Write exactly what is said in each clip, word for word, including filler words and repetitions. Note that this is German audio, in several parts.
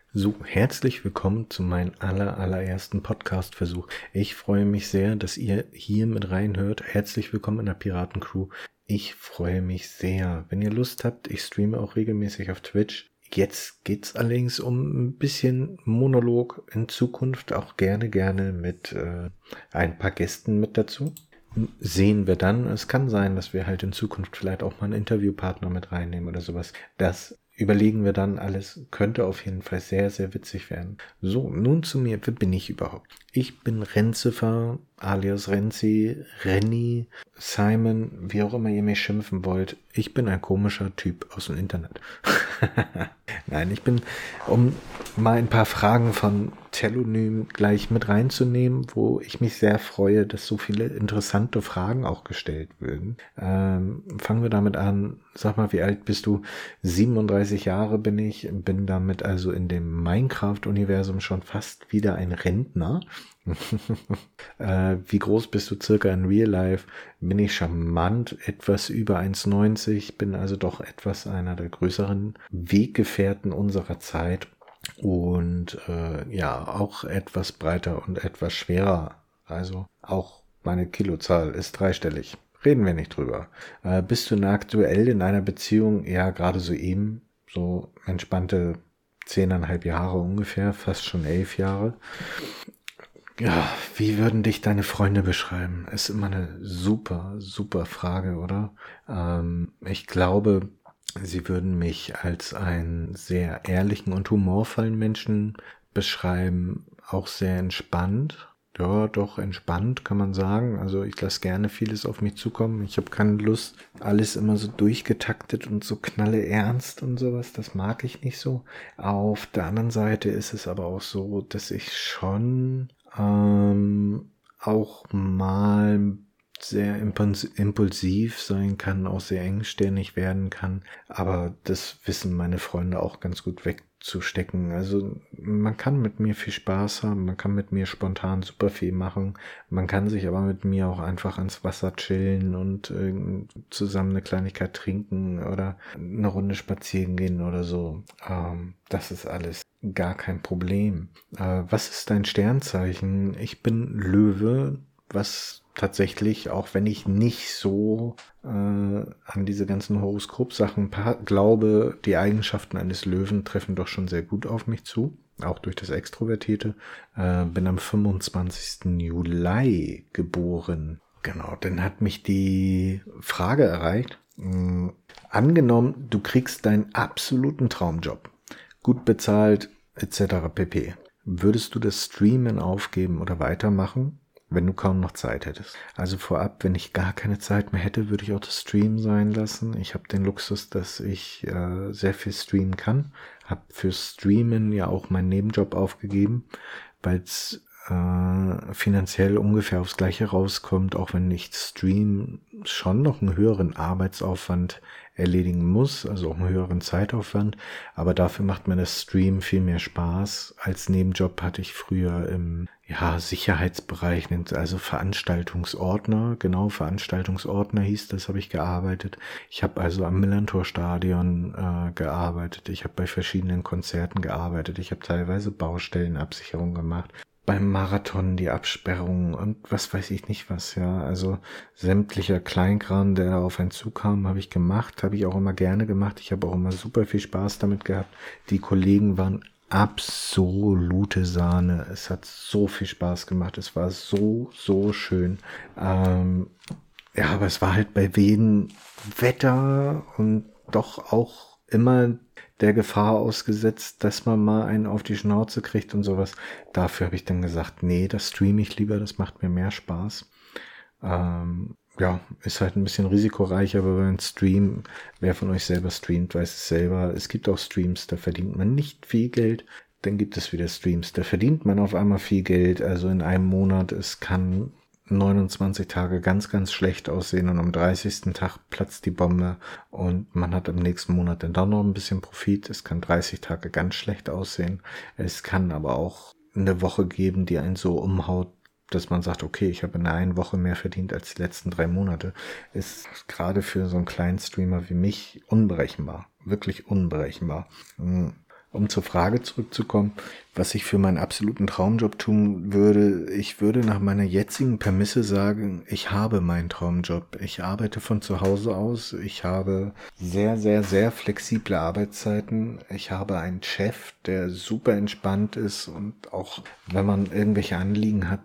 So, herzlich willkommen zu meinem aller, allerersten Podcast-Versuch. Ich freue mich sehr, dass ihr hier mit reinhört. Herzlich willkommen in der Piratencrew. Ich freue mich sehr. Wenn ihr Lust habt, ich streame auch regelmäßig auf Twitch. Jetzt geht's allerdings um ein bisschen Monolog in Zukunft, auch gerne, gerne mit äh, ein paar Gästen mit dazu. Sehen wir dann. Es kann sein, dass wir halt in Zukunft vielleicht auch mal einen Interviewpartner mit reinnehmen oder sowas. Das überlegen wir dann alles. Könnte auf jeden Fall sehr, sehr witzig werden. So, nun zu mir. Wer bin ich überhaupt? Ich bin Renzifer, alias Renzi, Renny, Simon, wie auch immer ihr mich schimpfen wollt. Ich bin ein komischer Typ aus dem Internet. Nein, ich bin, um mal ein paar Fragen von Telonym gleich mit reinzunehmen, wo ich mich sehr freue, dass so viele interessante Fragen auch gestellt werden. Ähm, fangen wir damit an. Sag mal, wie alt bist du? siebenunddreißig Jahre bin ich, bin damit also in dem Minecraft-Universum schon fast wieder ein Rentner. äh, wie groß bist du circa in Real Life? Bin ich charmant, etwas über eins neunzig, bin also doch etwas einer der größeren Weggefährten unserer Zeit und äh, ja, auch etwas breiter und etwas schwerer. Also auch meine Kilozahl ist dreistellig. Reden wir nicht drüber. Äh, bist du aktuell in einer Beziehung? Ja, gerade so eben, so entspannte zehneinhalb Jahre ungefähr, fast schon elf Jahre. Ja, wie würden dich deine Freunde beschreiben? Ist immer eine super, super Frage, oder? Ähm, ich glaube, sie würden mich als einen sehr ehrlichen und humorvollen Menschen beschreiben, auch sehr entspannt. Ja, doch entspannt kann man sagen. Also ich lasse gerne vieles auf mich zukommen. Ich habe keine Lust, alles immer so durchgetaktet und so knalle ernst und sowas. Das mag ich nicht so. Auf der anderen Seite ist es aber auch so, dass ich schon ähm, auch mal sehr impulsiv sein kann, auch sehr engstirnig werden kann. Aber das wissen meine Freunde auch ganz gut wegzustecken. Also man kann mit mir viel Spaß haben, man kann mit mir spontan super viel machen. Man kann sich aber mit mir auch einfach ans Wasser chillen und äh, zusammen eine Kleinigkeit trinken oder eine Runde spazieren gehen oder so. Ähm, das ist alles gar kein Problem. Äh, was ist dein Sternzeichen? Ich bin Löwe, was tatsächlich, auch wenn ich nicht so äh, an diese ganzen Horoskop-Sachen glaube, die Eigenschaften eines Löwen treffen doch schon sehr gut auf mich zu, auch durch das Extrovertierte. Äh, bin am fünfundzwanzigsten Juli geboren. Genau, dann hat mich die Frage erreicht. Mh, angenommen, du kriegst deinen absoluten Traumjob, gut bezahlt et cetera pp. Würdest du das Streamen aufgeben oder weitermachen, wenn du kaum noch Zeit hättest? Also vorab, wenn ich gar keine Zeit mehr hätte, würde ich auch das Stream sein lassen. Ich habe den Luxus, dass ich äh, sehr viel streamen kann. Habe für Streamen ja auch meinen Nebenjob aufgegeben, weil es äh, finanziell ungefähr aufs Gleiche rauskommt, auch wenn ich Stream schon noch einen höheren Arbeitsaufwand erledigen muss, also auch einen höheren Zeitaufwand, aber dafür macht mir das Stream viel mehr Spaß. Als Nebenjob hatte ich früher im ja, Sicherheitsbereich, also Veranstaltungsordner, genau, Veranstaltungsordner hieß das, habe ich gearbeitet. Ich habe also am Millantor-Stadion äh, gearbeitet, ich habe bei verschiedenen Konzerten gearbeitet, ich habe teilweise Baustellenabsicherung gemacht, beim Marathon die Absperrung und was weiß ich nicht was, ja, also sämtlicher Kleinkram, der auf einen zukam, habe ich gemacht, habe ich auch immer gerne gemacht, ich habe auch immer super viel Spaß damit gehabt, die Kollegen waren absolute Sahne, es hat so viel Spaß gemacht, es war so, so schön, ähm, ja, aber es war halt bei jedem Wetter und doch auch immer der Gefahr ausgesetzt, dass man mal einen auf die Schnauze kriegt und sowas. Dafür habe ich dann gesagt, nee, das streame ich lieber, das macht mir mehr Spaß. Ähm, ja, ist halt ein bisschen risikoreich, aber beim Stream, wer von euch selber streamt, weiß es selber. Es gibt auch Streams, da verdient man nicht viel Geld. Dann gibt es wieder Streams, da verdient man auf einmal viel Geld. Also in einem Monat, es kann neunundzwanzig Tage ganz, ganz schlecht aussehen und am dreißigsten Tag platzt die Bombe und man hat im nächsten Monat dann doch noch ein bisschen Profit. Es kann dreißig Tage ganz schlecht aussehen. Es kann aber auch eine Woche geben, die einen so umhaut, dass man sagt, okay, ich habe in einer Woche mehr verdient als die letzten drei Monate. Ist gerade für so einen kleinen Streamer wie mich unberechenbar. Wirklich unberechenbar. Um zur Frage zurückzukommen, was ich für meinen absoluten Traumjob tun würde, ich würde nach meiner jetzigen Prämisse sagen, ich habe meinen Traumjob. Ich arbeite von zu Hause aus. Ich habe sehr, sehr, sehr flexible Arbeitszeiten. Ich habe einen Chef, der super entspannt ist und auch wenn man irgendwelche Anliegen hat,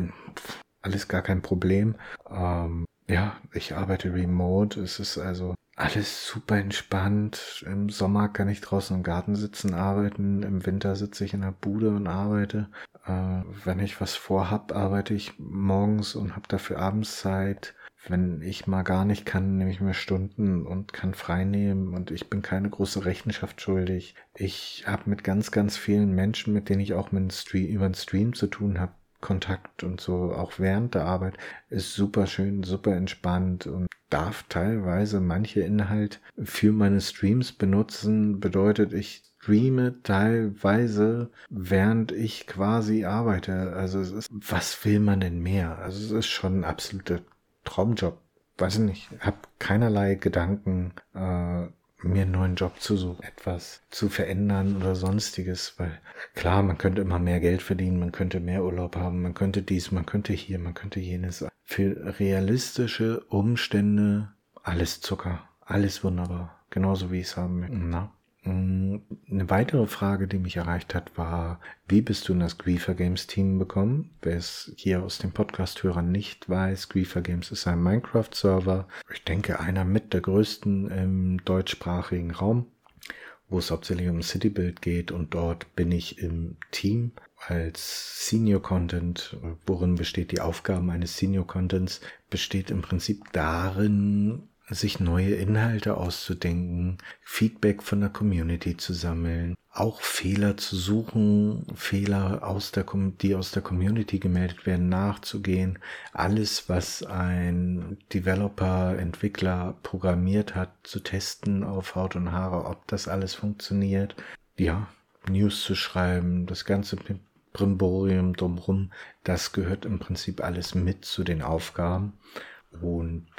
alles gar kein Problem. Ähm, ja, ich arbeite remote. Es ist also alles super entspannt. Im Sommer kann ich draußen im Garten sitzen, arbeiten. Im Winter sitze ich in der Bude und arbeite. Äh, wenn ich was vorhab, arbeite ich morgens und habe dafür abends Zeit. Wenn ich mal gar nicht kann, nehme ich mir Stunden und kann frei nehmen und ich bin keine große Rechenschaft schuldig. Ich habe mit ganz, ganz vielen Menschen, mit denen ich auch mit Stream, über den Stream zu tun habe, Kontakt und so, auch während der Arbeit, ist super schön, super entspannt und darf teilweise manche Inhalt für meine Streams benutzen. Bedeutet, ich streame teilweise, während ich quasi arbeite. Also es ist, was will man denn mehr? Also es ist schon ein absoluter Traumjob. Weiß ich nicht, hab keinerlei Gedanken, äh, mir einen neuen Job zu suchen, etwas zu verändern oder sonstiges, weil klar, man könnte immer mehr Geld verdienen, man könnte mehr Urlaub haben, man könnte dies, man könnte hier, man könnte jenes. Für realistische Umstände alles Zucker, alles wunderbar, genauso wie ich es haben möchte. Na? Eine weitere Frage, die mich erreicht hat, war, wie bist du in das Griefer Games Team bekommen? Wer es hier aus den Podcast-Hörern nicht weiß, Griefer Games ist ein Minecraft-Server. Ich denke, einer mit der größten im deutschsprachigen Raum, wo es hauptsächlich um Citybuild geht und dort bin ich im Team als Senior Content. Worin besteht die Aufgabe eines Senior Contents? Besteht im Prinzip darin, sich neue Inhalte auszudenken, Feedback von der Community zu sammeln, auch Fehler zu suchen, Fehler, aus der, die aus der Community gemeldet werden, nachzugehen. Alles, was ein Developer, Entwickler programmiert hat, zu testen auf Haut und Haare, ob das alles funktioniert. Ja, News zu schreiben, das ganze Brimborium drumherum, das gehört im Prinzip alles mit zu den Aufgaben. Und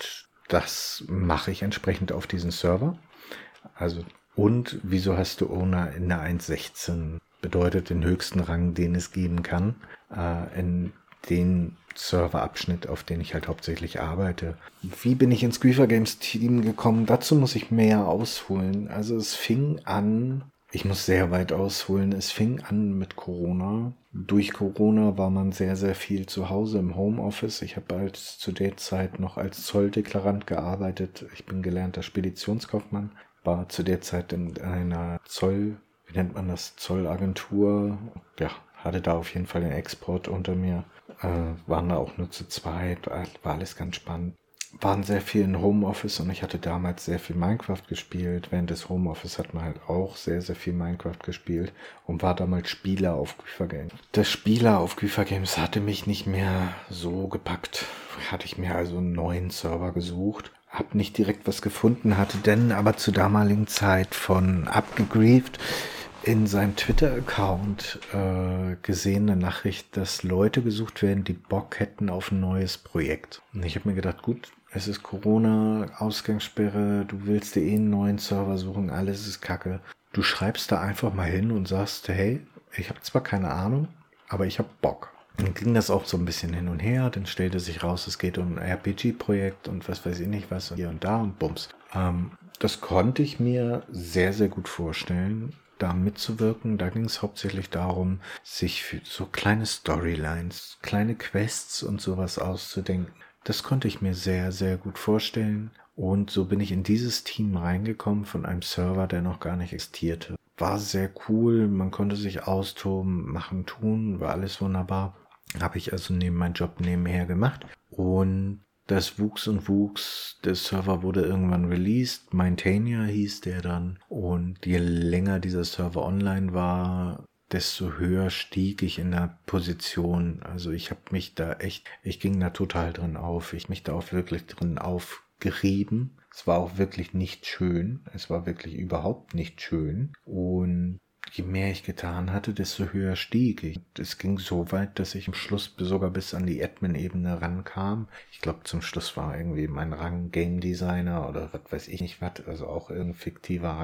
das mache ich entsprechend auf diesen Server. Also, und wieso hast du Owner in der eins Punkt sechzehn? Bedeutet den höchsten Rang, den es geben kann, äh, in den Serverabschnitt, auf den ich halt hauptsächlich arbeite. Wie bin ich ins Griefer Games Team gekommen? Dazu muss ich mehr ausholen. Also es fing an, ich muss sehr weit ausholen, es fing an mit Corona. Durch Corona war man sehr, sehr viel zu Hause im Homeoffice. Ich habe als zu der Zeit noch als Zolldeklarant gearbeitet. Ich bin gelernter Speditionskaufmann, war zu der Zeit in einer Zoll, wie nennt man das, Zollagentur. Ja, hatte da auf jeden Fall den Export unter mir. Äh, waren da auch nur zu zweit, war alles ganz spannend. Waren sehr viel in Homeoffice und ich hatte damals sehr viel Minecraft gespielt. Während des Homeoffice hat man halt auch sehr, sehr viel Minecraft gespielt und war damals Spieler auf Griefer Games. Das Spieler auf Griefer Games hatte mich nicht mehr so gepackt. Hatte ich mir also einen neuen Server gesucht. Hab nicht direkt was gefunden, hatte dann aber zur damaligen Zeit von Abgegrieft in seinem Twitter-Account äh, gesehen, eine Nachricht, dass Leute gesucht werden, die Bock hätten auf ein neues Projekt. Und ich habe mir gedacht, gut, es ist Corona, Ausgangssperre, du willst dir eh einen neuen Server suchen, alles ist kacke. Du schreibst da einfach mal hin und sagst, hey, ich habe zwar keine Ahnung, aber ich habe Bock. Dann ging das auch so ein bisschen hin und her, dann stellte sich raus, es geht um ein R P G-Projekt und was weiß ich nicht was und hier und da und bums. Ähm, das konnte ich mir sehr, sehr gut vorstellen, da mitzuwirken. Da ging es hauptsächlich darum, sich für so kleine Storylines, kleine Quests und sowas auszudenken. Das konnte ich mir sehr, sehr gut vorstellen. Und so bin ich in dieses Team reingekommen von einem Server, der noch gar nicht existierte. War sehr cool, man konnte sich austoben, machen, tun, war alles wunderbar. Habe ich also neben meinem Job nebenher gemacht. Und das wuchs und wuchs, der Server wurde irgendwann released, Maintainer hieß der dann. Und je länger dieser Server online war, desto höher stieg ich in der Position. Also ich habe mich da echt, ich ging da total drin auf. Ich mich da auch wirklich drin aufgerieben. Es war auch wirklich nicht schön. Es war wirklich überhaupt nicht schön. Und je mehr ich getan hatte, desto höher stieg ich. Es ging so weit, dass ich am Schluss sogar bis an die Admin-Ebene rankam. Ich glaube, zum Schluss war irgendwie mein Rang Game Designer oder was weiß ich nicht was, also auch irgendein fiktiver Rang.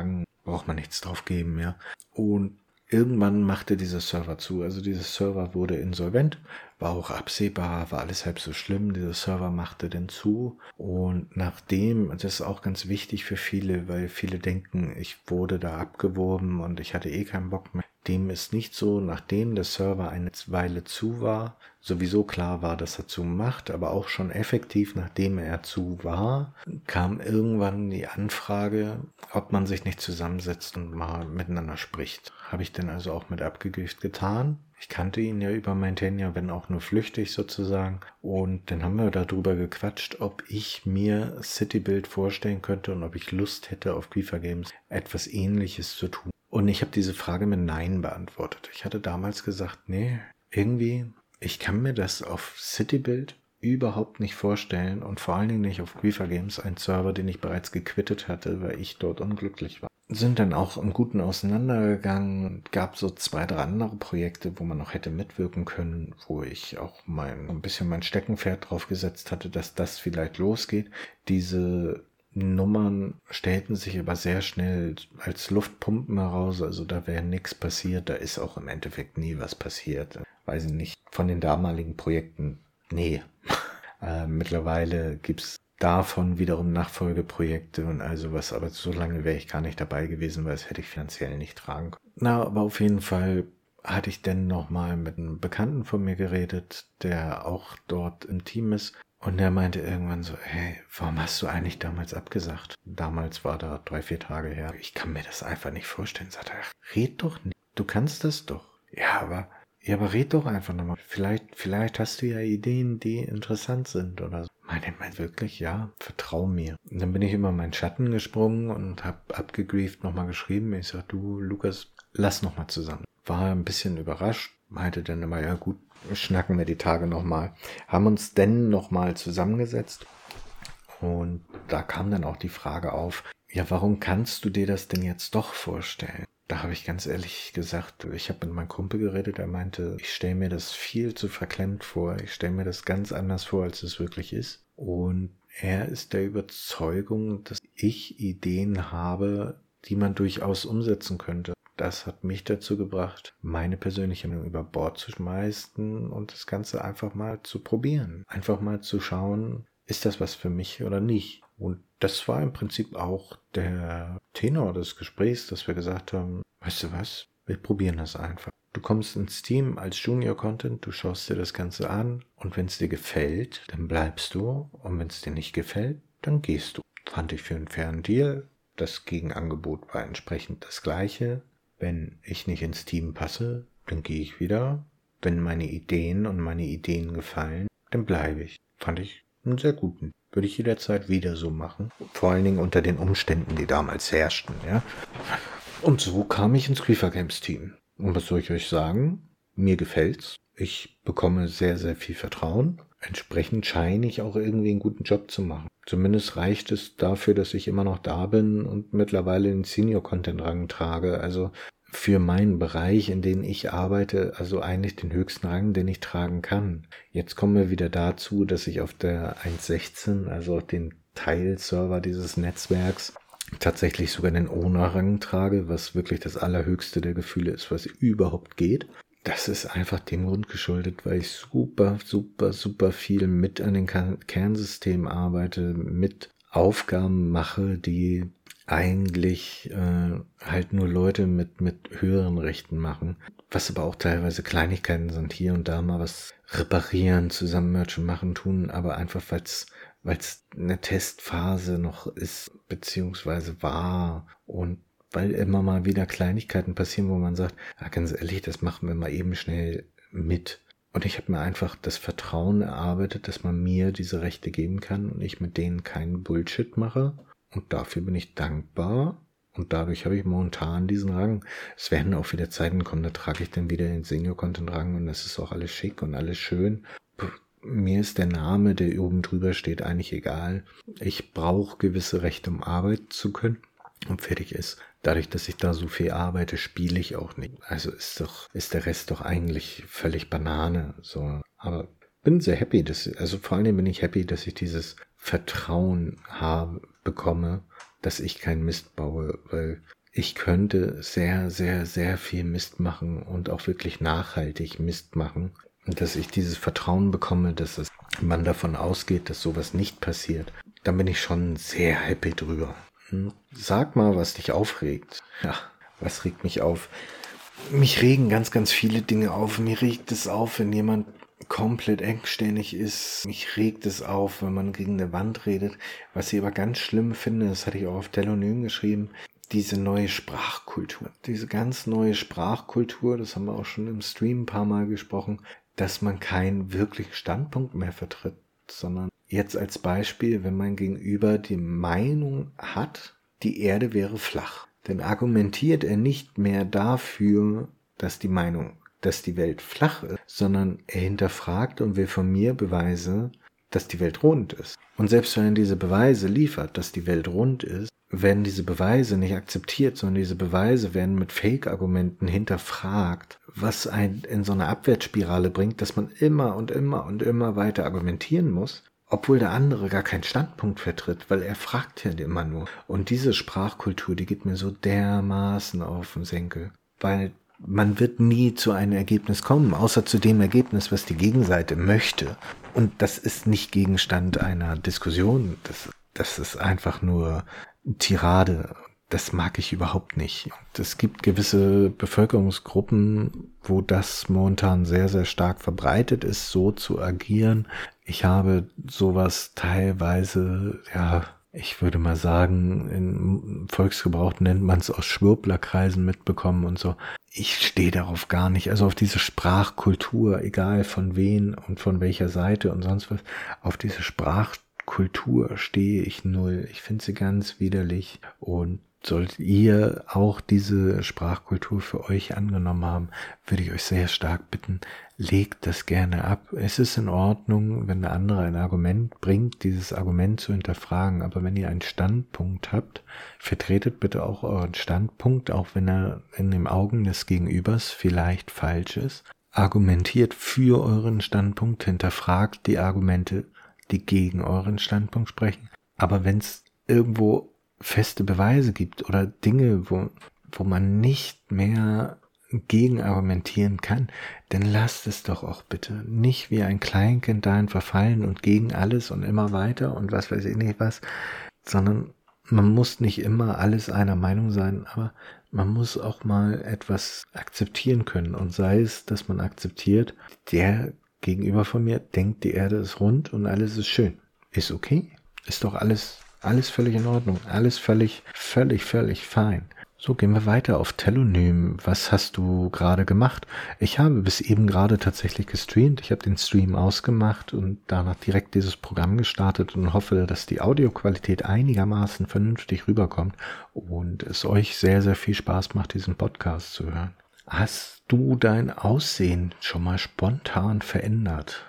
braucht man nichts drauf geben, ja. Und irgendwann machte dieser Server zu. Also dieser Server wurde insolvent, war auch absehbar, war alles halb so schlimm. Dieser Server machte dann zu. Und nachdem, das ist auch ganz wichtig für viele, weil viele denken, ich wurde da abgeworben und ich hatte eh keinen Bock mehr. Dem ist nicht so, nachdem der Server eine Weile zu war, sowieso klar war, dass er zu macht, aber auch schon effektiv, nachdem er zu war, kam irgendwann die Anfrage, ob man sich nicht zusammensetzt und mal miteinander spricht. Habe ich dann also auch mit Abgegift getan. Ich kannte ihn ja über mein Tenure, wenn auch nur flüchtig sozusagen. Und dann haben wir darüber gequatscht, ob ich mir Citybuild vorstellen könnte und ob ich Lust hätte, auf Griefer Games etwas Ähnliches zu tun. Und ich habe diese Frage mit Nein beantwortet. Ich hatte damals gesagt, nee, irgendwie, ich kann mir das auf Citybuild überhaupt nicht vorstellen und vor allen Dingen nicht auf Griefer Games, ein Server, den ich bereits gequittet hatte, weil ich dort unglücklich war. Sind dann auch im Guten auseinandergegangen, gab so zwei, drei andere Projekte, wo man noch hätte mitwirken können, wo ich auch mein, ein bisschen mein Steckenpferd drauf gesetzt hatte, dass das vielleicht losgeht. Diese Nummern stellten sich aber sehr schnell als Luftpumpen heraus, also da wäre nichts passiert, da ist auch im Endeffekt nie was passiert. Weiß ich nicht, von den damaligen Projekten, nee. äh, mittlerweile gibt's davon wiederum Nachfolgeprojekte und also was, aber so lange wäre ich gar nicht dabei gewesen, weil es hätte ich finanziell nicht tragen können. Na, aber auf jeden Fall hatte ich dann nochmal mit einem Bekannten von mir geredet, der auch dort im Team ist. Und der meinte irgendwann so, hey, warum hast du eigentlich damals abgesagt? Damals war da drei, vier Tage her. Ich kann mir das einfach nicht vorstellen. Sagt er, red doch nicht. Du kannst das doch. Ja, aber, ja, aber red doch einfach nochmal. Vielleicht, vielleicht hast du ja Ideen, die interessant sind oder so. Meinte man wirklich, ja, vertrau mir. Und dann bin ich immer in meinen Schatten gesprungen und hab abgegrieft nochmal geschrieben. Ich sag, du, Lukas, lass nochmal zusammen. War ein bisschen überrascht. Meinte dann immer, ja gut, schnacken wir die Tage nochmal. Haben uns denn nochmal zusammengesetzt und da kam dann auch die Frage auf, ja, warum kannst du dir das denn jetzt doch vorstellen? Da habe ich ganz ehrlich gesagt, ich habe mit meinem Kumpel geredet, er meinte, ich stelle mir das viel zu verklemmt vor, ich stelle mir das ganz anders vor, als es wirklich ist. Und er ist der Überzeugung, dass ich Ideen habe, die man durchaus umsetzen könnte. Das hat mich dazu gebracht, meine persönliche Meinung über Bord zu schmeißen und das Ganze einfach mal zu probieren. Einfach mal zu schauen, ist das was für mich oder nicht? Und das war im Prinzip auch der Tenor des Gesprächs, dass wir gesagt haben, weißt du was, wir probieren das einfach. Du kommst ins Team als Junior-Content, du schaust dir das Ganze an und wenn es dir gefällt, dann bleibst du und wenn es dir nicht gefällt, dann gehst du. Fand ich für einen fairen Deal. Das Gegenangebot war entsprechend das gleiche. Wenn ich nicht ins Team passe, dann gehe ich wieder. Wenn meine Ideen und meine Ideen gefallen, dann bleibe ich. Fand ich einen sehr guten. Würde ich jederzeit wieder so machen. Vor allen Dingen unter den Umständen, die damals herrschten, ja. Und so kam ich ins Griefer Games Team. Und was soll ich euch sagen? Mir gefällt's. Ich bekomme sehr, sehr viel Vertrauen. Entsprechend scheine ich auch irgendwie einen guten Job zu machen. Zumindest reicht es dafür, dass ich immer noch da bin und mittlerweile den Senior-Content-Rang trage. Also für meinen Bereich, in dem ich arbeite, also eigentlich den höchsten Rang, den ich tragen kann. Jetzt kommen wir wieder dazu, dass ich auf der eins Punkt sechzehn, also auf den Teilserver dieses Netzwerks, tatsächlich sogar den Owner-Rang trage, was wirklich das allerhöchste der Gefühle ist, was überhaupt geht. Das ist einfach dem Grund geschuldet, weil ich super, super, super viel mit an den Kernsystemen arbeite, mit Aufgaben mache, die eigentlich äh, halt nur Leute mit mit höheren Rechten machen. Was aber auch teilweise Kleinigkeiten sind, hier und da mal was reparieren, zusammen Merchen machen, tun, aber einfach weil's weil es eine Testphase noch ist, beziehungsweise war und weil immer mal wieder Kleinigkeiten passieren, wo man sagt, ja, ganz ehrlich, das machen wir mal eben schnell mit. Und ich habe mir einfach das Vertrauen erarbeitet, dass man mir diese Rechte geben kann und ich mit denen keinen Bullshit mache. Und dafür bin ich dankbar. Und dadurch habe ich momentan diesen Rang. Es werden auch wieder Zeiten kommen, da trage ich dann wieder den Senior-Content-Rang und das ist auch alles schick und alles schön. Mir ist der Name, der oben drüber steht, eigentlich egal. Ich brauche gewisse Rechte, um arbeiten zu können. Und fertig ist. Dadurch, dass ich da so viel arbeite, spiele ich auch nicht. Also ist doch, ist der Rest doch eigentlich völlig Banane. So, aber bin sehr happy, dass, also vor allem bin ich happy, dass ich dieses Vertrauen habe, bekomme, dass ich keinen Mist baue, weil ich könnte sehr, sehr, sehr viel Mist machen und auch wirklich nachhaltig Mist machen. Und dass ich dieses Vertrauen bekomme, dass es, man davon ausgeht, dass sowas nicht passiert, dann bin ich schon sehr happy drüber. Hm? Sag mal, was dich aufregt. Ja, was regt mich auf? Mich regen ganz, ganz viele Dinge auf. Mir regt es auf, wenn jemand komplett engstirnig ist. Mich regt es auf, wenn man gegen eine Wand redet. Was ich aber ganz schlimm finde, das hatte ich auch auf Telonym geschrieben, diese neue Sprachkultur. Diese ganz neue Sprachkultur, das haben wir auch schon im Stream ein paar Mal gesprochen, dass man keinen wirklichen Standpunkt mehr vertritt, sondern jetzt als Beispiel, wenn man gegenüber die Meinung hat, die Erde wäre flach, dann argumentiert er nicht mehr dafür, dass die Meinung, dass die Welt flach ist, sondern er hinterfragt und will von mir Beweise, dass die Welt rund ist. Und selbst wenn er diese Beweise liefert, dass die Welt rund ist, werden diese Beweise nicht akzeptiert, sondern diese Beweise werden mit Fake-Argumenten hinterfragt, was einen in so eine Abwärtsspirale bringt, dass man immer und immer und immer weiter argumentieren muss, obwohl der andere gar keinen Standpunkt vertritt, weil er fragt ja immer nur. Und diese Sprachkultur, die geht mir so dermaßen auf den Senkel, weil man wird nie zu einem Ergebnis kommen, außer zu dem Ergebnis, was die Gegenseite möchte. Und das ist nicht Gegenstand einer Diskussion, das, das ist einfach nur Tirade. Das mag ich überhaupt nicht. Und es gibt gewisse Bevölkerungsgruppen, wo das momentan sehr, sehr stark verbreitet ist, so zu agieren. Ich habe sowas teilweise, ja, ich würde mal sagen, in Volksgebrauch nennt man es aus Schwurblerkreisen mitbekommen und so. Ich stehe darauf gar nicht, also auf diese Sprachkultur, egal von wen und von welcher Seite und sonst was, auf diese Sprachkultur stehe ich null. Ich finde sie ganz widerlich und solltet ihr auch diese Sprachkultur für euch angenommen haben, würde ich euch sehr stark bitten, legt das gerne ab. Es ist in Ordnung, wenn der andere ein Argument bringt, dieses Argument zu hinterfragen. Aber wenn ihr einen Standpunkt habt, vertretet bitte auch euren Standpunkt, auch wenn er in den Augen des Gegenübers vielleicht falsch ist. Argumentiert für euren Standpunkt, hinterfragt die Argumente, die gegen euren Standpunkt sprechen. Aber wenn es irgendwo feste Beweise gibt oder Dinge, wo, wo man nicht mehr gegen argumentieren kann, dann lasst es doch auch bitte. Nicht wie ein Kleinkind dahin verfallen und gegen alles und immer weiter und was weiß ich nicht was, sondern man muss nicht immer alles einer Meinung sein, aber man muss auch mal etwas akzeptieren können und sei es, dass man akzeptiert, der gegenüber von mir denkt, die Erde ist rund und alles ist schön. Ist okay. Ist doch alles Alles völlig in Ordnung, alles völlig, völlig, völlig fein. So, gehen wir weiter auf Telonym. Was hast du gerade gemacht? Ich habe bis eben gerade tatsächlich gestreamt. Ich habe den Stream ausgemacht und danach direkt dieses Programm gestartet und hoffe, dass die Audioqualität einigermaßen vernünftig rüberkommt und es euch sehr, sehr viel Spaß macht, diesen Podcast zu hören. Hast du dein Aussehen schon mal spontan verändert?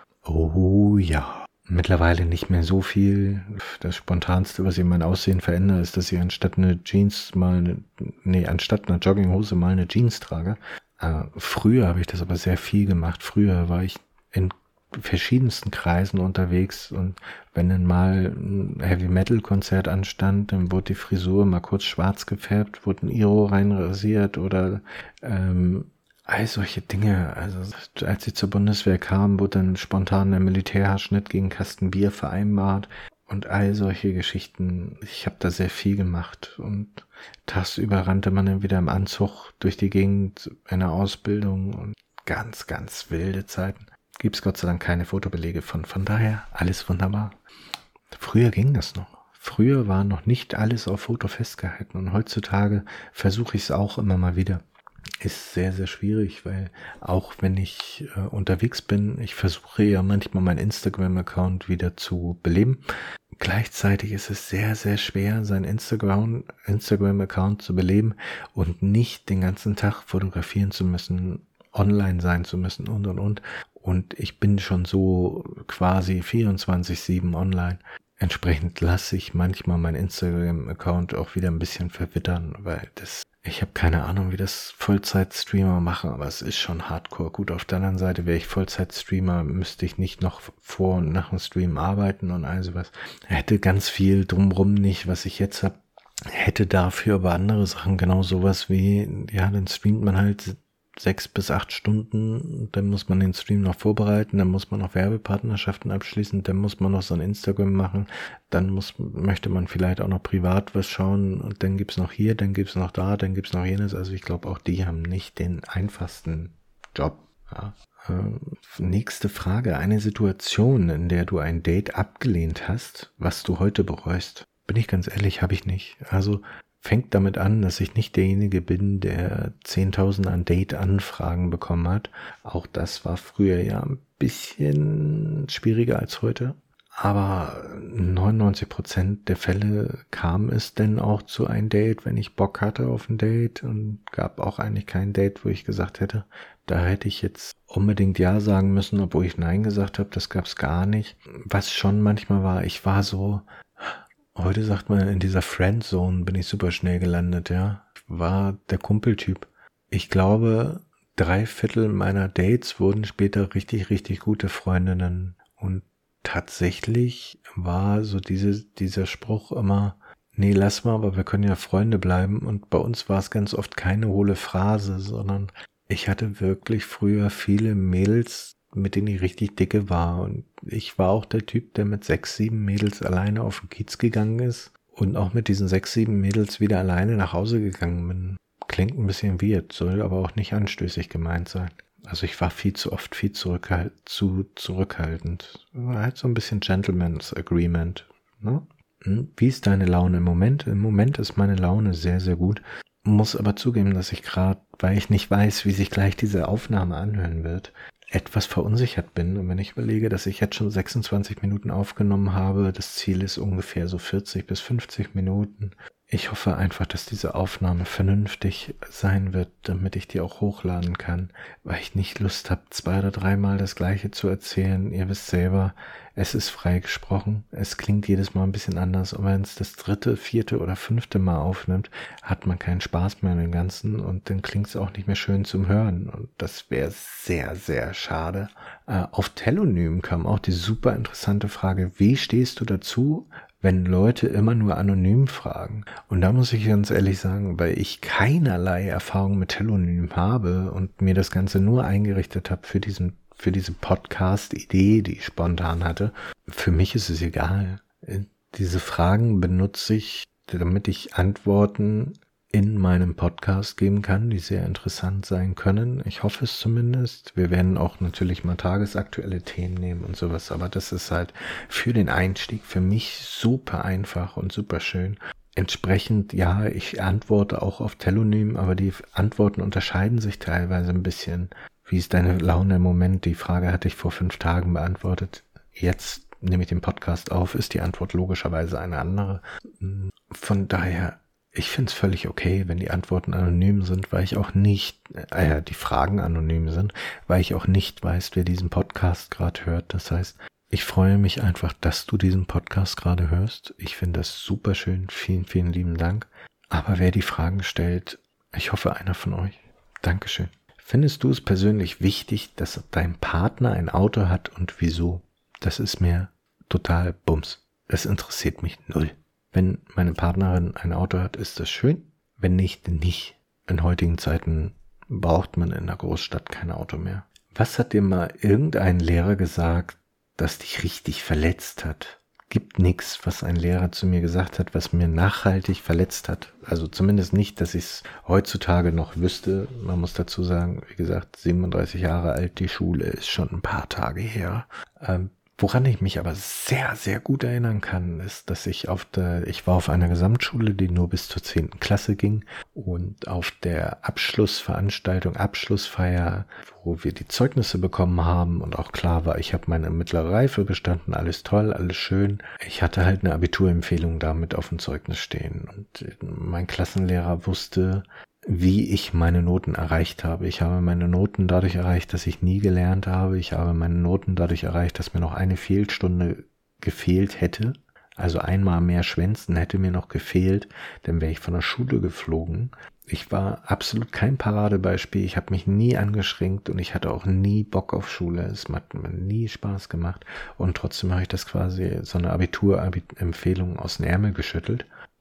Oh ja. Mittlerweile nicht mehr so viel. Das Spontanste, was ich in mein Aussehen verändere, ist, dass ich anstatt eine Jeans mal eine, nee, anstatt einer Jogginghose mal eine Jeans trage. Äh, früher habe ich das aber sehr viel gemacht. Früher war ich in verschiedensten Kreisen unterwegs und wenn dann mal ein Heavy-Metal-Konzert anstand, dann wurde die Frisur mal kurz schwarz gefärbt, wurde ein Iro reinrasiert oder ähm, all solche Dinge. Also als ich zur Bundeswehr kam, wurde dann spontan der Militärhaarschnitt gegen einen Kasten Bier vereinbart und all solche Geschichten. Ich habe da sehr viel gemacht und tagsüber rannte man dann wieder im Anzug durch die Gegend einer Ausbildung und ganz, ganz wilde Zeiten. Gibt's Gott sei Dank keine Fotobelege von. Von daher alles wunderbar. Früher ging das noch. Früher war noch nicht alles auf Foto festgehalten und heutzutage versuche ich es auch immer mal wieder. Ist sehr, sehr schwierig, weil auch wenn ich äh, unterwegs bin, ich versuche ja manchmal meinen Instagram-Account wieder zu beleben. Gleichzeitig ist es sehr, sehr schwer, seinen Instagram, Instagram-Account zu beleben und nicht den ganzen Tag fotografieren zu müssen, online sein zu müssen und, und, und. Und ich bin schon so quasi vierundzwanzig sieben online. Entsprechend lasse ich manchmal meinen Instagram-Account auch wieder ein bisschen verwittern, weil das, ich habe keine Ahnung, wie das Vollzeit-Streamer machen, aber es ist schon hardcore. Gut, auf der anderen Seite, wäre ich Vollzeit-Streamer, müsste ich nicht noch vor und nach dem Stream arbeiten und all sowas. Er hätte ganz viel drumrum nicht, was ich jetzt habe. hätte dafür aber andere Sachen, genau sowas wie, ja, dann streamt man halt sechs bis acht Stunden, dann muss man den Stream noch vorbereiten, dann muss man noch Werbepartnerschaften abschließen, dann muss man noch so ein Instagram machen, dann muss, möchte man vielleicht auch noch privat was schauen und dann gibt's noch hier, dann gibt's noch da, dann gibt's noch jenes. Also ich glaube, auch die haben nicht den einfachsten Job. Ja. Äh, nächste Frage. Eine Situation, in der du ein Date abgelehnt hast, was du heute bereust. Bin ich ganz ehrlich, habe ich nicht. Also fängt damit an, dass ich nicht derjenige bin, der zehntausend an Date-Anfragen bekommen hat. Auch das war früher ja ein bisschen schwieriger als heute. Aber neunundneunzig Prozent der Fälle kam es denn auch zu einem Date, wenn ich Bock hatte auf ein Date, und gab auch eigentlich kein Date, wo ich gesagt hätte, da hätte ich jetzt unbedingt Ja sagen müssen, obwohl ich Nein gesagt habe. Das gab es gar nicht. Was schon manchmal war, ich war so... Heute sagt man, in dieser Friendzone bin ich super schnell gelandet, ja. Ich war der Kumpeltyp. Ich glaube, drei Viertel meiner Dates wurden später richtig, richtig gute Freundinnen. Und tatsächlich war so diese, dieser Spruch immer, nee, lass mal, aber wir können ja Freunde bleiben. Und bei uns war es ganz oft keine hohle Phrase, sondern ich hatte wirklich früher viele Mädels, mit denen ich richtig dicke war. Und ich war auch der Typ, der mit sechs, sieben Mädels alleine auf den Kiez gegangen ist und auch mit diesen sechs, sieben Mädels wieder alleine nach Hause gegangen bin. Klingt ein bisschen weird, soll aber auch nicht anstößig gemeint sein. Also ich war viel zu oft viel zurückhalt, zu zurückhaltend. War halt so ein bisschen Gentleman's Agreement. Ne? Wie ist deine Laune im Moment? Im Moment ist meine Laune sehr, sehr gut. Muss aber zugeben, dass ich gerade, weil ich nicht weiß, wie sich gleich diese Aufnahme anhören wird, etwas verunsichert bin. Und wenn ich überlege, dass ich jetzt schon sechsundzwanzig Minuten aufgenommen habe, das Ziel ist ungefähr so vierzig bis fünfzig Minuten. Ich hoffe einfach, dass diese Aufnahme vernünftig sein wird, damit ich die auch hochladen kann, weil ich nicht Lust habe, zwei oder dreimal das Gleiche zu erzählen. Ihr wisst selber, es ist frei gesprochen, es klingt jedes Mal ein bisschen anders, und wenn es das dritte, vierte oder fünfte Mal aufnimmt, hat man keinen Spaß mehr an dem Ganzen und dann klingt es auch nicht mehr schön zum Hören, und das wäre sehr, sehr schade. Äh, auf Telonym kam auch die super interessante Frage, wie stehst du dazu, wenn Leute immer nur anonym fragen? Und da muss ich ganz ehrlich sagen, weil ich keinerlei Erfahrung mit Telonym habe und mir das Ganze nur eingerichtet habe für diesen, für diese Podcast-Idee, die ich spontan hatte, für mich ist es egal. Diese Fragen benutze ich, damit ich Antworten in meinem Podcast geben kann, die sehr interessant sein können. Ich hoffe es zumindest. Wir werden auch natürlich mal tagesaktuelle Themen nehmen und sowas, aber das ist halt für den Einstieg für mich super einfach und super schön. Entsprechend, ja, ich antworte auch auf Telonym, aber die Antworten unterscheiden sich teilweise ein bisschen. Wie ist deine Laune im Moment? Die Frage hatte ich vor fünf Tagen beantwortet. Jetzt nehme ich den Podcast auf, ist die Antwort logischerweise eine andere. Von daher, ich finde es völlig okay, wenn die Antworten anonym sind, weil ich auch nicht, äh, die Fragen anonym sind, weil ich auch nicht weiß, wer diesen Podcast gerade hört. Das heißt, ich freue mich einfach, dass du diesen Podcast gerade hörst. Ich finde das super schön. Vielen, vielen lieben Dank. Aber wer die Fragen stellt, ich hoffe, einer von euch. Dankeschön. Findest du es persönlich wichtig, dass dein Partner ein Auto hat, und wieso? Das ist mir total Bums. Das interessiert mich null. Wenn meine Partnerin ein Auto hat, ist das schön. Wenn nicht, nicht. In heutigen Zeiten braucht man in der Großstadt kein Auto mehr. Was hat dir mal irgendein Lehrer gesagt, das dich richtig verletzt hat? Gibt nichts, was ein Lehrer zu mir gesagt hat, was mir nachhaltig verletzt hat. Also zumindest nicht, dass ich es heutzutage noch wüsste. Man muss dazu sagen, wie gesagt, siebenunddreißig Jahre alt, die Schule ist schon ein paar Tage her. Ähm, Woran ich mich aber sehr, sehr gut erinnern kann, ist, dass ich auf der, ich war auf einer Gesamtschule, die nur bis zur zehnten Klasse ging, und auf der Abschlussveranstaltung, Abschlussfeier, wo wir die Zeugnisse bekommen haben und auch klar war, ich habe meine mittlere Reife bestanden, alles toll, alles schön. Ich hatte halt eine Abiturempfehlung damit auf dem Zeugnis stehen, und mein Klassenlehrer wusste, wie ich meine Noten erreicht habe. Ich habe meine Noten dadurch erreicht, dass ich nie gelernt habe. Ich habe meine Noten dadurch erreicht, dass mir noch eine Fehlstunde gefehlt hätte. Also einmal mehr Schwänzen hätte mir noch gefehlt, dann wäre ich von der Schule geflogen. Ich war absolut kein Paradebeispiel. Ich habe mich nie angeschränkt und ich hatte auch nie Bock auf Schule. Es hat mir nie Spaß gemacht. Und trotzdem habe ich das quasi so eine Abiturempfehlung aus dem Ärmel geschüttelt.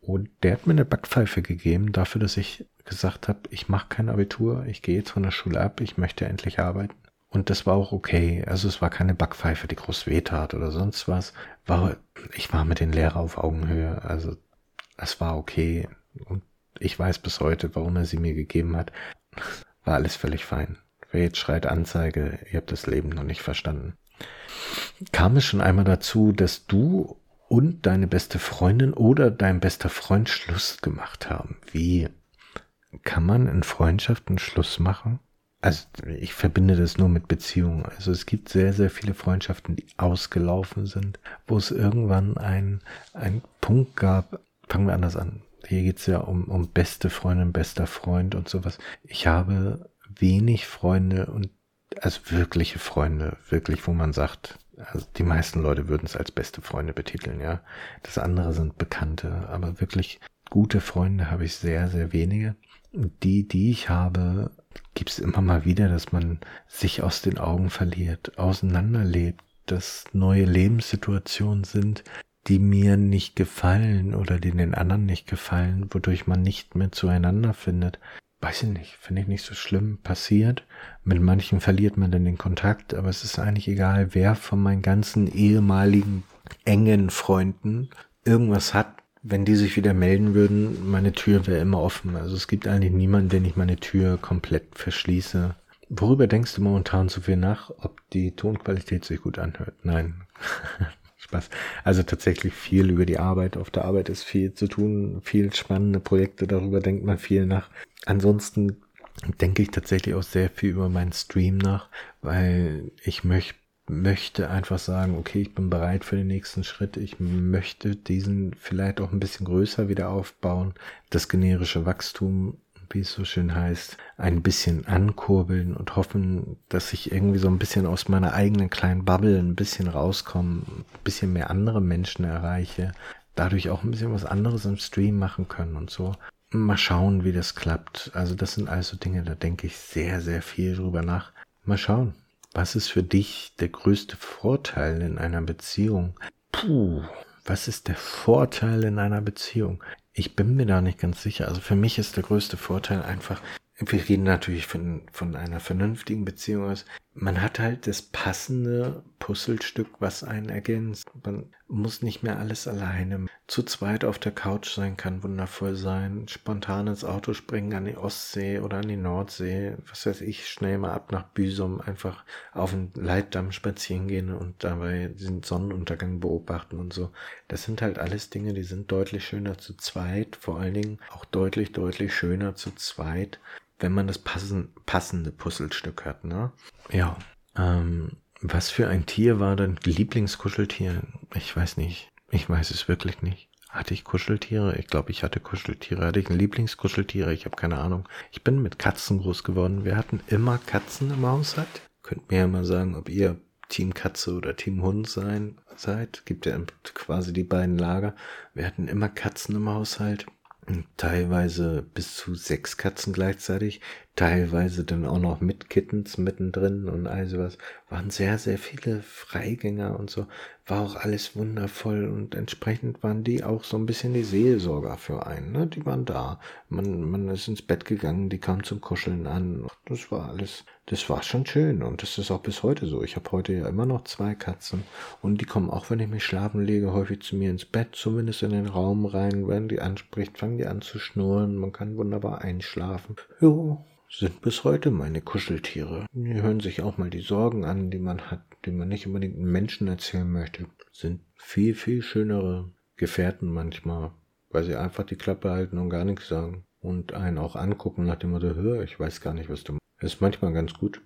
Und der hat mir eine Backpfeife gegeben dafür, dass ich gesagt habe, ich mache kein Abitur, ich gehe jetzt von der Schule ab, ich möchte endlich arbeiten. Und das war auch okay. Also es war keine Backpfeife, die groß wehtat oder sonst was. War, ich war mit den Lehrern auf Augenhöhe. Also es war okay. Und ich weiß bis heute, warum er sie mir gegeben hat. War alles völlig fein. Wer jetzt schreit Anzeige, ihr habt das Leben noch nicht verstanden. Kam es schon einmal dazu, dass du und deine beste Freundin oder dein bester Freund Schluss gemacht haben? Wie kann man in Freundschaften Schluss machen? Also ich verbinde das nur mit Beziehungen. Also es gibt sehr, sehr viele Freundschaften, die ausgelaufen sind, wo es irgendwann ein, ein Punkt gab. Fangen wir anders an. Hier geht es ja um, um beste Freundin, bester Freund und sowas. Ich habe wenig Freunde und also wirkliche Freunde, wirklich, wo man sagt, also die meisten Leute würden es als beste Freunde betiteln, ja. Das andere sind Bekannte, aber wirklich gute Freunde habe ich sehr, sehr wenige. Und die, die ich habe, gibt es immer mal wieder, dass man sich aus den Augen verliert, auseinanderlebt, dass neue Lebenssituationen sind, die mir nicht gefallen oder die den anderen nicht gefallen, wodurch man nicht mehr zueinander findet. Weiß ich nicht, finde ich nicht so schlimm, passiert. Mit manchen verliert man dann den Kontakt, aber es ist eigentlich egal, wer von meinen ganzen ehemaligen engen Freunden irgendwas hat. Wenn die sich wieder melden würden, meine Tür wäre immer offen. Also es gibt eigentlich niemanden, den ich meine Tür komplett verschließe. Worüber denkst du momentan so viel nach, ob die Tonqualität sich gut anhört? Nein. Spaß. Also tatsächlich viel über die Arbeit. Auf der Arbeit ist viel zu tun, viel spannende Projekte, darüber denkt man viel nach. Ansonsten denke ich tatsächlich auch sehr viel über meinen Stream nach, weil ich möchte möchte einfach sagen, okay, ich bin bereit für den nächsten Schritt. Ich möchte diesen vielleicht auch ein bisschen größer wieder aufbauen, das generische Wachstum, wie es so schön heißt, ein bisschen ankurbeln und hoffen, dass ich irgendwie so ein bisschen aus meiner eigenen kleinen Bubble ein bisschen rauskomme, ein bisschen mehr andere Menschen erreiche, dadurch auch ein bisschen was anderes im Stream machen können und so. Mal schauen, wie das klappt. Also das sind also Dinge, da denke ich sehr, sehr viel drüber nach. Mal schauen. Was ist für dich der größte Vorteil in einer Beziehung? Puh, was ist der Vorteil in einer Beziehung? Ich bin mir da nicht ganz sicher. Also für mich ist der größte Vorteil einfach, wir reden natürlich von, von einer vernünftigen Beziehung aus. Man hat halt das passende Puzzlestück, was einen ergänzt. Man muss nicht mehr alles alleine. Zu zweit auf der Couch sein kann wundervoll sein. Spontan ins Auto springen an die Ostsee oder an die Nordsee. Was weiß ich, schnell mal ab nach Büsum, einfach auf den Leitdamm spazieren gehen und dabei den Sonnenuntergang beobachten und so. Das sind halt alles Dinge, die sind deutlich schöner zu zweit. Vor allen Dingen auch deutlich, deutlich schöner zu zweit, wenn man das passen, passende Puzzlestück hat, ne? Ja, ähm, was für ein Tier war dein Lieblingskuscheltier? Ich weiß nicht. Ich weiß es wirklich nicht. Hatte ich Kuscheltiere? Ich glaube, ich hatte Kuscheltiere. Hatte ich ein Lieblingskuscheltier? Ich habe keine Ahnung. Ich bin mit Katzen groß geworden. Wir hatten immer Katzen im Haushalt. Könnt mir ja mal sagen, ob ihr Team Katze oder Team Hund sein seid. Gibt ja quasi die beiden Lager. Wir hatten immer Katzen im Haushalt. Teilweise bis zu sechs Katzen gleichzeitig, teilweise dann auch noch mit Kittens mittendrin und all sowas. Waren sehr, sehr viele Freigänger und so. War auch alles wundervoll und entsprechend waren die auch so ein bisschen die Seelsorger für einen, ne? Die waren da. Man, man ist ins Bett gegangen, die kamen zum Kuscheln an. Das war alles, das war schon schön und das ist auch bis heute so. Ich habe heute ja immer noch zwei Katzen und die kommen auch, wenn ich mich schlafen lege, häufig zu mir ins Bett, zumindest in den Raum rein. Wenn die anspricht, fangen die an zu schnurren. Man kann wunderbar einschlafen. Jo. Sind bis heute meine Kuscheltiere. Die hören sich auch mal die Sorgen an, die man hat, die man nicht unbedingt einem Menschen erzählen möchte. Sind viel, viel schönere Gefährten manchmal, weil sie einfach die Klappe halten und gar nichts sagen. Und einen auch angucken nach dem Motto, hör, ich weiß gar nicht, was du machst. Ist manchmal ganz gut.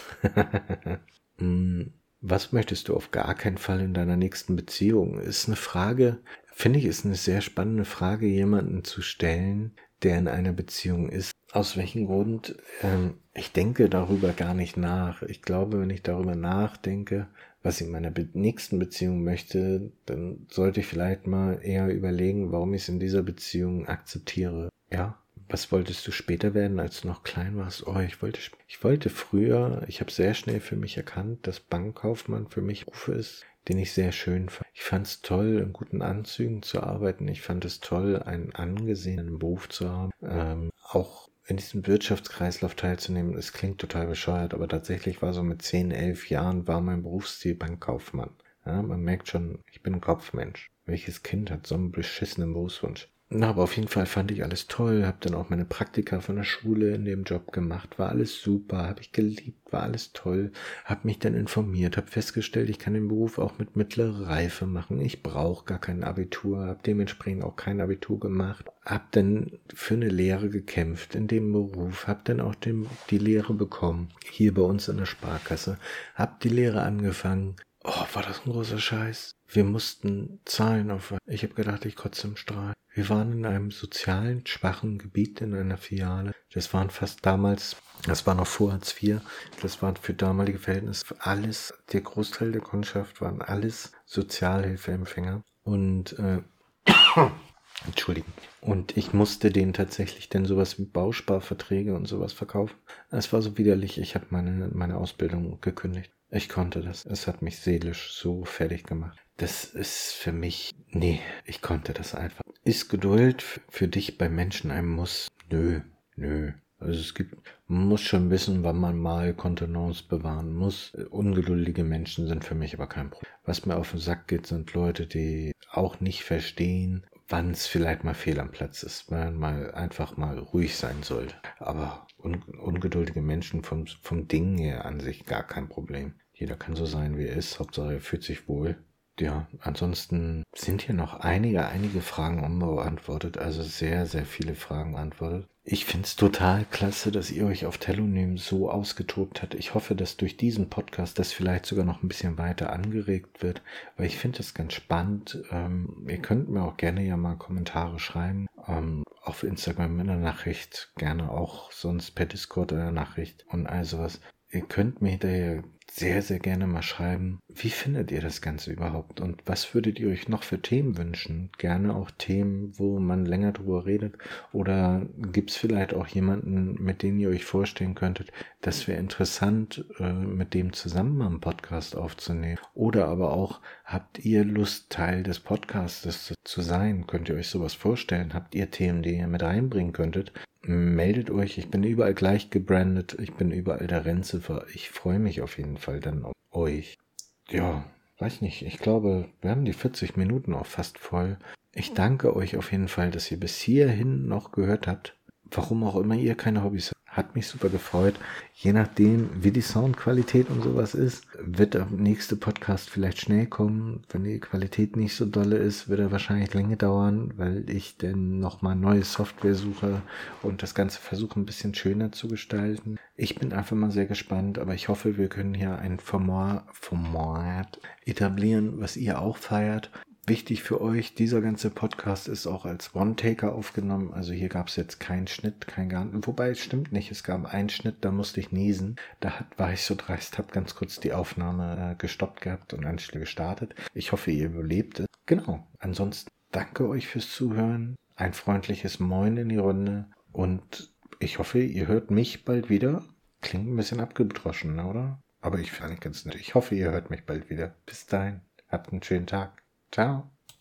Was möchtest du auf gar keinen Fall in deiner nächsten Beziehung? Ist eine Frage, finde ich, ist eine sehr spannende Frage, jemanden zu stellen, der in einer Beziehung ist. Aus welchem Grund? Ähm, ich denke darüber gar nicht nach. Ich glaube, wenn ich darüber nachdenke, was ich in meiner be- nächsten Beziehung möchte, dann sollte ich vielleicht mal eher überlegen, warum ich es in dieser Beziehung akzeptiere. Ja, was wolltest du später werden, als du noch klein warst? Oh, ich wollte, ich wollte früher, ich habe sehr schnell für mich erkannt, dass Bankkaufmann für mich ein Beruf ist, den ich sehr schön fand. Ich fand es toll, in guten Anzügen zu arbeiten. Ich fand es toll, einen angesehenen Beruf zu haben. Ähm, auch in diesem Wirtschaftskreislauf teilzunehmen, es klingt total bescheuert, aber tatsächlich war so mit zehn, elf Jahren war mein Berufsziel Bankkaufmann. Ja, man merkt schon, ich bin ein Kopfmensch. Welches Kind hat so einen beschissenen Berufswunsch? Na, aber auf jeden Fall fand ich alles toll, habe dann auch meine Praktika von der Schule in dem Job gemacht, war alles super, habe ich geliebt, war alles toll, habe mich dann informiert, habe festgestellt, ich kann den Beruf auch mit mittlerer Reife machen, ich brauche gar kein Abitur, habe dementsprechend auch kein Abitur gemacht, habe dann für eine Lehre gekämpft in dem Beruf, habe dann auch den, die Lehre bekommen, hier bei uns in der Sparkasse, habe die Lehre angefangen. Oh, war das ein großer Scheiß. Wir mussten Zahlen aufweisen. Ich habe gedacht, ich kotze im Strahl. Wir waren in einem sozialen, schwachen Gebiet in einer Filiale. Das waren fast damals, das war noch vor Hartz vier, das war für damalige Verhältnisse alles, der Großteil der Kundschaft waren alles Sozialhilfeempfänger. Und, äh, Entschuldigung. Und ich musste denen tatsächlich dann sowas wie Bausparverträge und sowas verkaufen. Es war so widerlich, ich habe meine, meine Ausbildung gekündigt. Ich konnte das. Es hat mich seelisch so fertig gemacht. Das ist für mich, nee, ich konnte das einfach. Ist Geduld für dich bei Menschen ein Muss? Nö, nö. Also es gibt, man muss schon wissen, wann man mal Kontenance bewahren muss. Ungeduldige Menschen sind für mich aber kein Problem. Was mir auf den Sack geht, sind Leute, die auch nicht verstehen, wann es vielleicht mal fehl am Platz ist, weil man mal einfach mal ruhig sein sollte. Aber un- ungeduldige Menschen vom, vom Ding her an sich gar kein Problem. Jeder kann so sein, wie er ist. Hauptsache er fühlt sich wohl. Ja, ansonsten sind hier noch einige, einige Fragen unbeantwortet. Also sehr, sehr viele Fragen beantwortet. Ich finde es total klasse, dass ihr euch auf Telonym so ausgetobt habt. Ich hoffe, dass durch diesen Podcast das vielleicht sogar noch ein bisschen weiter angeregt wird, weil ich finde das ganz spannend. Ähm, ihr könnt mir auch gerne ja mal Kommentare schreiben, ähm, auf Instagram in der Nachricht, gerne auch sonst per Discord in der Nachricht und all sowas. Ihr könnt mir hinterher sehr, sehr gerne mal schreiben, wie findet ihr das Ganze überhaupt und was würdet ihr euch noch für Themen wünschen? Gerne auch Themen, wo man länger drüber redet, oder gibt es vielleicht auch jemanden, mit dem ihr euch vorstellen könntet, das wäre interessant, äh, mit dem zusammen mal einen Podcast aufzunehmen, oder aber auch, habt ihr Lust, Teil des Podcastes zu sein? Könnt ihr euch sowas vorstellen? Habt ihr Themen, die ihr mit reinbringen könntet? Meldet euch, ich bin überall gleich gebrandet, ich bin überall der Rennziffer. Ich freue mich auf jeden Fall dann auf euch. Ja, weiß nicht, ich glaube, wir haben die vierzig Minuten auch fast voll. Ich danke euch auf jeden Fall, dass ihr bis hierhin noch gehört habt. Warum auch immer ihr keine Hobbys habt. Hat mich super gefreut. Je nachdem, wie die Soundqualität und sowas ist, wird der nächste Podcast vielleicht schnell kommen. Wenn die Qualität nicht so dolle ist, wird er wahrscheinlich länger dauern, weil ich dann nochmal neue Software suche und das Ganze versuche ein bisschen schöner zu gestalten. Ich bin einfach mal sehr gespannt, aber ich hoffe, wir können hier ein Format, Format etablieren, was ihr auch feiert. Wichtig für euch, dieser ganze Podcast ist auch als One-Taker aufgenommen, also hier gab es jetzt keinen Schnitt, kein gar nicht, wobei es stimmt nicht, es gab einen Schnitt, da musste ich niesen, da hat, war ich so dreist, habe ganz kurz die Aufnahme äh, gestoppt gehabt und anschließend gestartet. Ich hoffe, ihr überlebt es. Genau, ansonsten danke euch fürs Zuhören, ein freundliches Moin in die Runde und ich hoffe, ihr hört mich bald wieder. Klingt ein bisschen abgedroschen, oder? Aber ich finde ganz nett. Ich hoffe, ihr hört mich bald wieder. Bis dahin, habt einen schönen Tag. Ciao.